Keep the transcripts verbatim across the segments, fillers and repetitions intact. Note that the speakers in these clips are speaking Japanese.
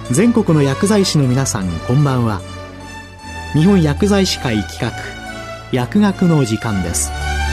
全国の薬剤師の皆さん、こんばんは。日本薬剤師会企画、薬学の時間です。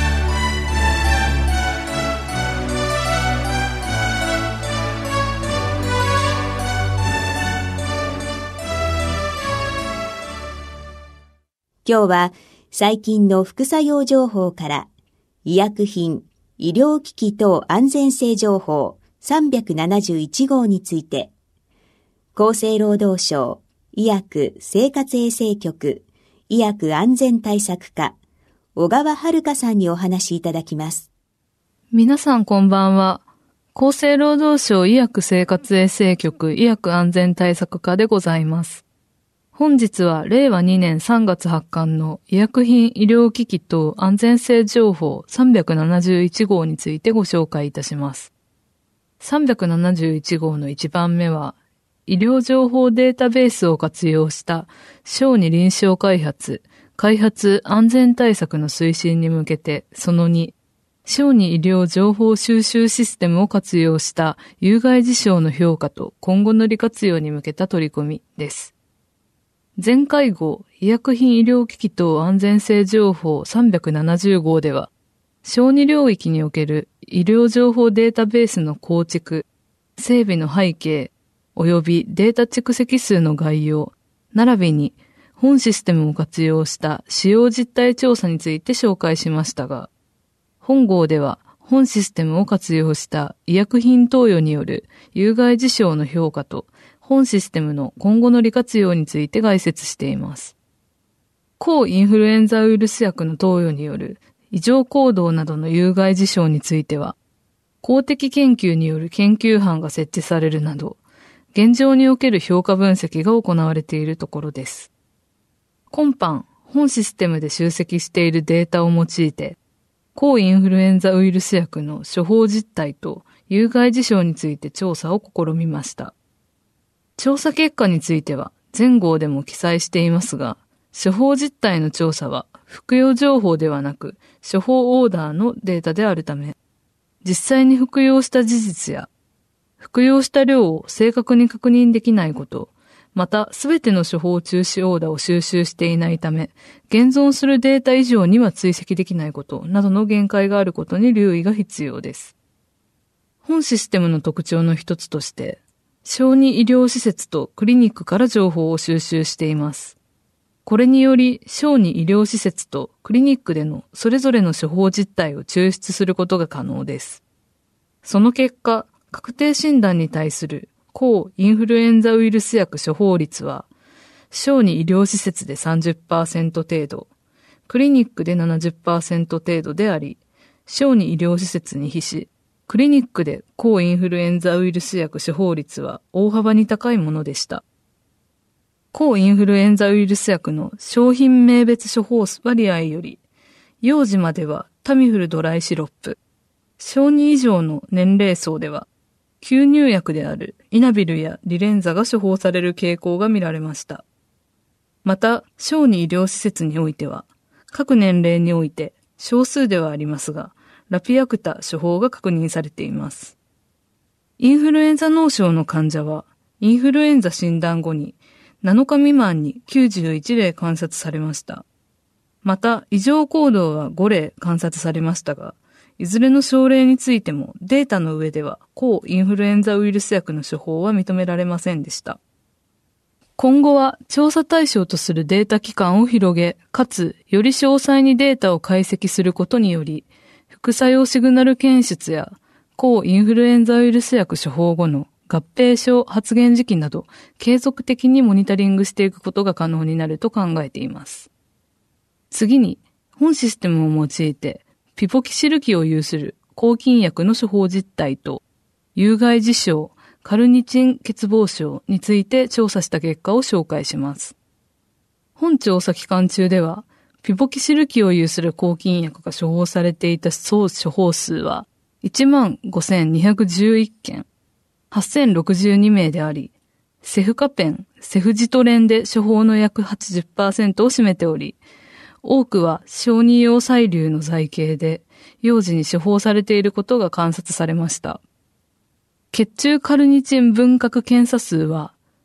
今日は最近の副作用情報から医薬品、医療機器等安全性情報さんびゃくななじゅういち号について、厚生労働省医薬生活衛生局医薬安全対策課小川遥さんにお話しいただきます。 皆さんこんばんは。厚生労働省医薬生活衛生局医薬安全対策課でございます。本日はれいわにねんさんがつ発刊の医薬品医療機器等安全性情報さんびゃくななじゅういち号についてご紹介いたします。さんびゃくななじゅういち号のいちばんめは、医療情報データベースを活用した小児臨床開発、開発安全対策の推進に向けて、そのに、小児医療情報収集システムを活用した有害事象の評価と今後の利活用に向けた取り組みです。前回号、医薬品医療機器等安全性情報さんびゃくななじゅう号では、小児領域における医療情報データベースの構築、整備の背景、及びデータ蓄積数の概要、並びに本システムを活用した使用実態調査について紹介しましたが、本号では本システムを活用した医薬品投与による有害事象の評価と本システムの今後の利活用について概説しています。抗インフルエンザウイルス薬の投与による異常行動などの有害事象については、公的研究による研究班が設置されるなど、現状における評価分析が行われているところです。今般、本システムで集積しているデータを用いて、抗インフルエンザウイルス薬の処方実態と有害事象について調査を試みました。調査結果については前号でも記載していますが、処方実態の調査は服用情報ではなく処方オーダーのデータであるため、実際に服用した事実や服用した量を正確に確認できないこと、またすべての処方中止オーダーを収集していないため、現存するデータ以上には追跡できないことなどの限界があることに留意が必要です。本システムの特徴の一つとして、小児医療施設とクリニックから情報を収集しています。これにより、小児医療施設とクリニックでのそれぞれの処方実態を抽出することが可能です。その結果、確定診断に対する抗インフルエンザウイルス薬処方率は、小児医療施設で さんじゅっパーセント 程度、クリニックで ななじゅっパーセント 程度であり、小児医療施設に比し、クリニックで抗インフルエンザウイルス薬処方率は大幅に高いものでした。抗インフルエンザウイルス薬の商品名別処方割合より、幼児まではタミフルドライシロップ、小児以上の年齢層では、吸入薬であるイナビルやリレンザが処方される傾向が見られました。また、小児医療施設においては、各年齢において少数ではありますが、ラピアクタ処方が確認されています。インフルエンザ脳症の患者は、インフルエンザ診断後になのか未満にきゅうじゅういち例観察されました。また、異常行動はご例観察されましたが、いずれの症例についてもデータの上では抗インフルエンザウイルス薬の処方は認められませんでした。今後は調査対象とするデータ期間を広げ、かつより詳細にデータを解析することにより、副作用シグナル検出や抗インフルエンザウイルス薬処方後の合併症発現時期など継続的にモニタリングしていくことが可能になると考えています。次に、本システムを用いてピポキシル基を有する抗菌薬の処方実態と有害事象、カルニチン欠乏症について調査した結果を紹介します。本調査期間中では、ピポキシル基を有する抗菌薬が処方されていた総処方数はいちまんごせんにひゃくじゅういちけん、はっせんろくじゅうに名であり、セフカペン、セフジトレンで処方の約 はちじゅっパーセント を占めており、多くは小児用細粒の剤形で幼児に処方されていることが観察されました。血中カルニチン分殻検査数は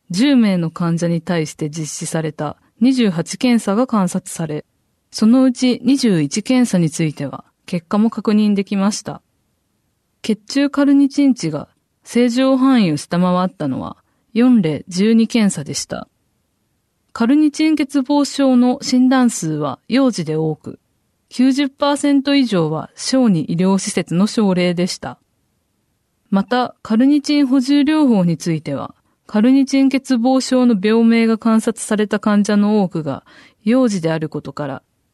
じゅうめいの患者に対して実施されたにじゅうはちけんさが観察され、そのうちにじゅういちけんさについては結果も確認できました。血中カルニチン値が正常範囲を下回ったのはよんれいじゅうにけんさでした。カルニチン欠乏症の診断数は幼児で多く、きゅうじゅっパーセント 以上は小児医療施設の症例でした。また、カルニチン補充療法については、カルニチン欠乏症の病名が観察された患者の多くが幼児であることから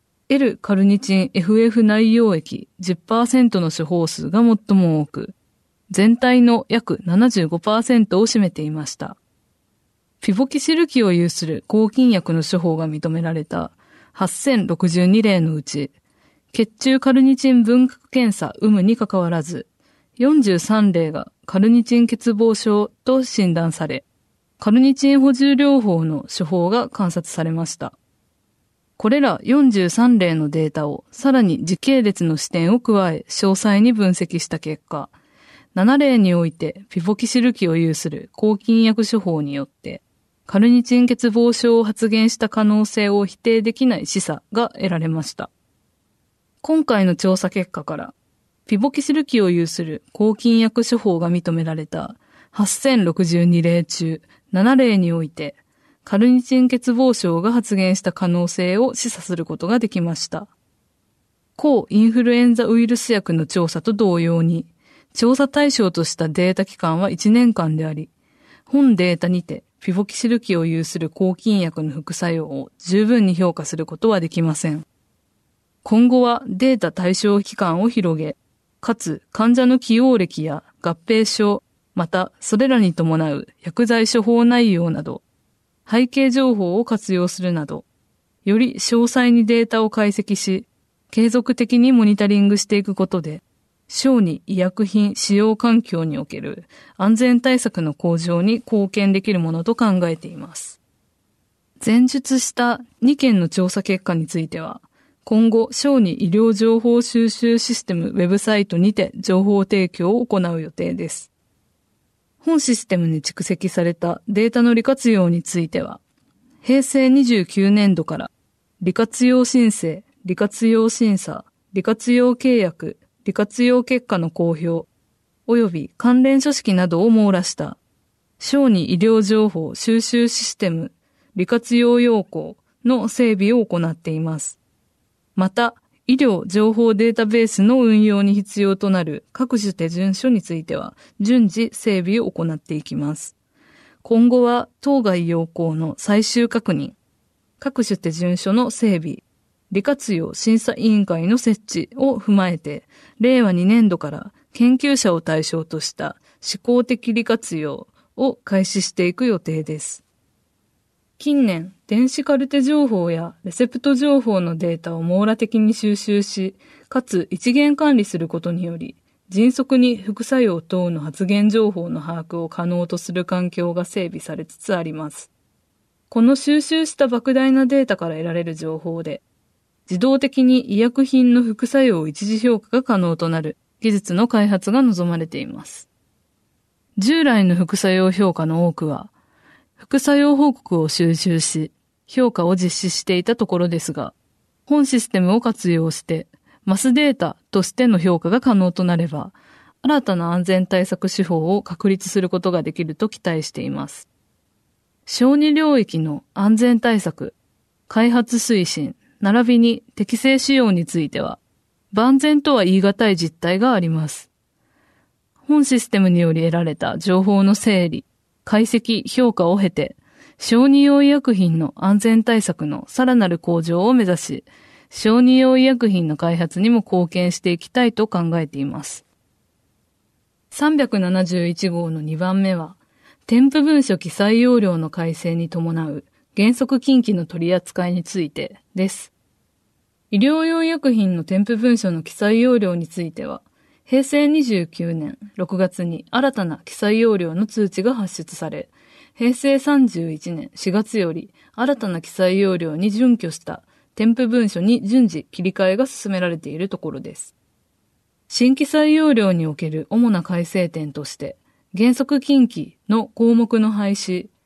、L カルニチン エフエフ 内容液 じゅっパーセント の処方数が最も多く、全体の約 ななじゅうごパーセント を占めていました。フィボキシル基を有する抗菌薬の処方が認められたはっせんろくじゅうにれいのうち、血中カルニチン分核検査有無にかかわらず、よんじゅうさんれいがカルニチン欠乏症と診断され、カルニチン補充療法の処方が観察されました。これらよんじゅうさんれいのデータをさらに時系列の視点を加え詳細に分析した結果、ななれいにおいてフィボキシル基を有する抗菌薬処方によって、カルニチン欠乏症を発現した可能性を否定できない示唆が得られました。今回の調査結果から、フィボキシル基を有する抗菌薬処方が認められたはっせんろくじゅうにれい中ななれいにおいて、カルニチン欠乏症が発現した可能性を示唆することができました。抗インフルエンザウイルス薬の調査と同様に、調査対象としたデータ期間はいちねんかんであり、本データにてフィボキシル基を有する抗菌薬の副作用を十分に評価することはできません。今後はデータ対象期間を広げ、かつ患者の起用歴や合併症、またそれらに伴う薬剤処方内容など、背景情報を活用するなど、より詳細にデータを解析し、継続的にモニタリングしていくことで、小児医薬品使用環境における安全対策の向上に貢献できるものと考えています。前述したにけんの調査結果については、今後小児医療情報収集システムウェブサイトにて情報提供を行う予定です。本システムに蓄積されたデータの利活用については、へいせいにじゅうきゅうねんどから利活用申請、利活用審査、利活用契約、利活用結果の公表、及び関連書式などを網羅した小児医療情報収集システム利活用要項の整備を行っています。また、医療情報データベースの運用に必要となる各種手順書については順次整備を行っていきます。今後は当該要項の最終確認、各種手順書の整備、利活用審査委員会の設置を踏まえて、れいわにねんどから研究者を対象とした試行的利活用を開始していく予定です。近年、電子カルテ情報やレセプト情報のデータを網羅的に収集し、かつ一元管理することにより、迅速に副作用等の発現情報の把握を可能とする環境が整備されつつあります。この収集した莫大なデータから得られる情報で、自動的に医薬品の副作用一時評価が可能となる技術の開発が望まれています。従来の副作用評価の多くは、副作用報告を収集し、評価を実施していたところですが、本システムを活用して、マスデータとしての評価が可能となれば、新たな安全対策手法を確立することができると期待しています。小児領域の安全対策、開発推進、並びに適正使用については、万全とは言い難い実態があります。本システムにより得られた情報の整理、解析、評価を経て、小児用医薬品の安全対策のさらなる向上を目指し、小児用医薬品の開発にも貢献していきたいと考えています。さんびゃくななじゅういちごうのにばんめは、添付文書記載要領の改正に伴う原則禁忌の取り扱いについてです。医療用医薬品の添付文書の記載要領については、へいせいにじゅうきゅうねんろくがつに新たな記載要領の通知が発出され、へいせいさんじゅういちねんしがつより新たな記載要領に準拠した添付文書に順次切り替えが進められているところです。新記載要領における主な改正点として、原則禁忌の項目の廃止、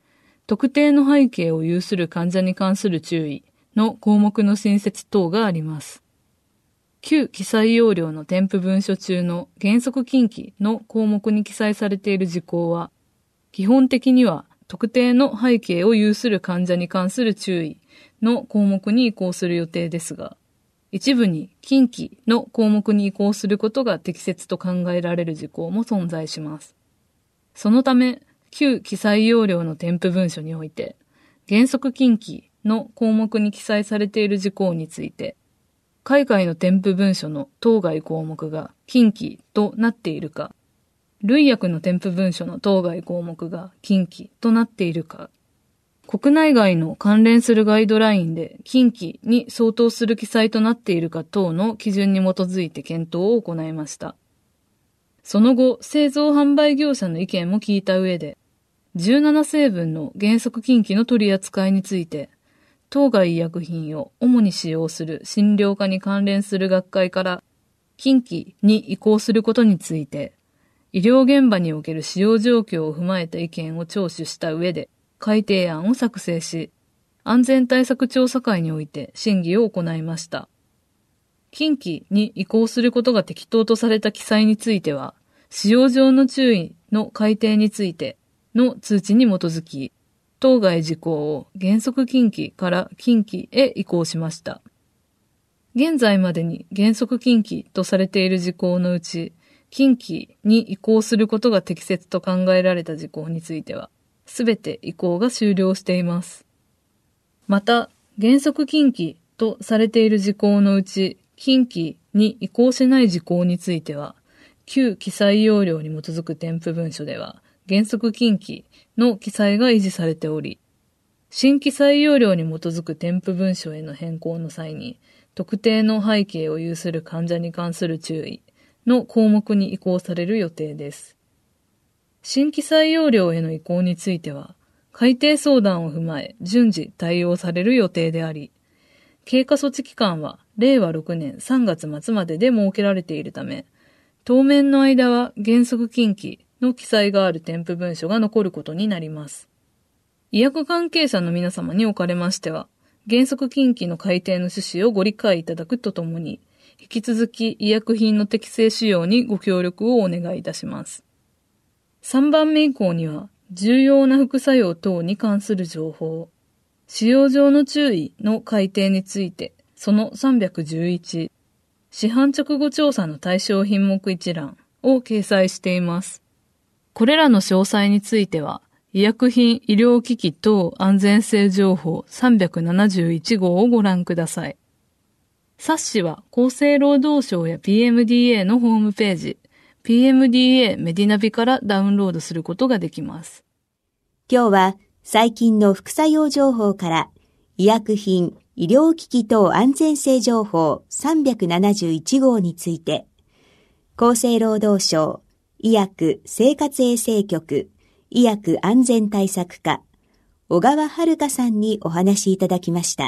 特定の背景を有する患者に関する注意の項目の新設等があります。旧記載要領の添付文書中の原則禁忌の項目に記載されている事項は、基本的には特定の背景を有する患者に関する注意の項目に移行する予定ですが、一部に禁忌の項目に移行することが適切と考えられる事項も存在します。そのため、旧記載要領の添付文書において、原則禁忌の項目に記載されている事項について、海外の添付文書の当該項目が禁忌となっているか、類訳の添付文書の当該項目が禁忌となっているか、国内外の関連するガイドラインで禁忌に相当する記載となっているか等の基準に基づいて検討を行いました。その後、製造販売業者の意見も聞いた上で、じゅうなな成分の原則禁忌の取り扱いについて、当該医薬品を主に使用する診療科に関連する学会から禁忌に移行することについて、医療現場における使用状況を踏まえた意見を聴取した上で改定案を作成し、安全対策調査会において審議を行いました。禁忌に移行することが適当とされた記載については、使用上の注意の改定についての通知に基づき、当該事項を原則禁忌から禁忌へ移行しました。現在までに原則禁忌とされている事項のうち、禁忌に移行することが適切と考えられた事項については、すべて移行が終了しています。また、原則禁忌とされている事項のうち、禁忌に移行しない事項については、旧記載要領に基づく添付文書では、原則禁忌の記載が維持されており、新記載要領に基づく添付文書への変更の際に、特定の背景を有する患者に関する注意の項目に移行される予定です。新記載要領への移行については、改定相談を踏まえ順次対応される予定であり、経過措置期間はれいわろくねんさんがつ末までで設けられているため、当面の間は原則禁忌の記載がある添付文書が残ることになります。医薬関係者の皆様におかれましては、原則禁忌の改定の趣旨をご理解いただくとともに、引き続き医薬品の適正使用にご協力をお願いいたします。さんばんめ以降には、重要な副作用等に関する情報、使用上の注意の改定について、そのさんびゃくじゅういち、市販直後調査の対象品目一覧を掲載しています。これらの詳細については、医薬品医療機器等安全性情報さんびゃくななじゅういち号をご覧ください。冊子は厚生労働省や ピーエムディーエー のホームページ、ピーエムディーエー メディナビからダウンロードすることができます。 今日は最近の副作用情報から医薬品医療機器等安全性情報さんびゃくななじゅういち号について、厚生労働省医薬生活衛生局医薬安全対策課小川遥さんにお話しいただきました。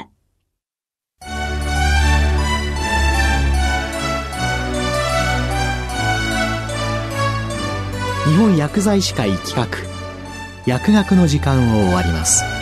日本薬剤師会企画薬学の時間を終わります。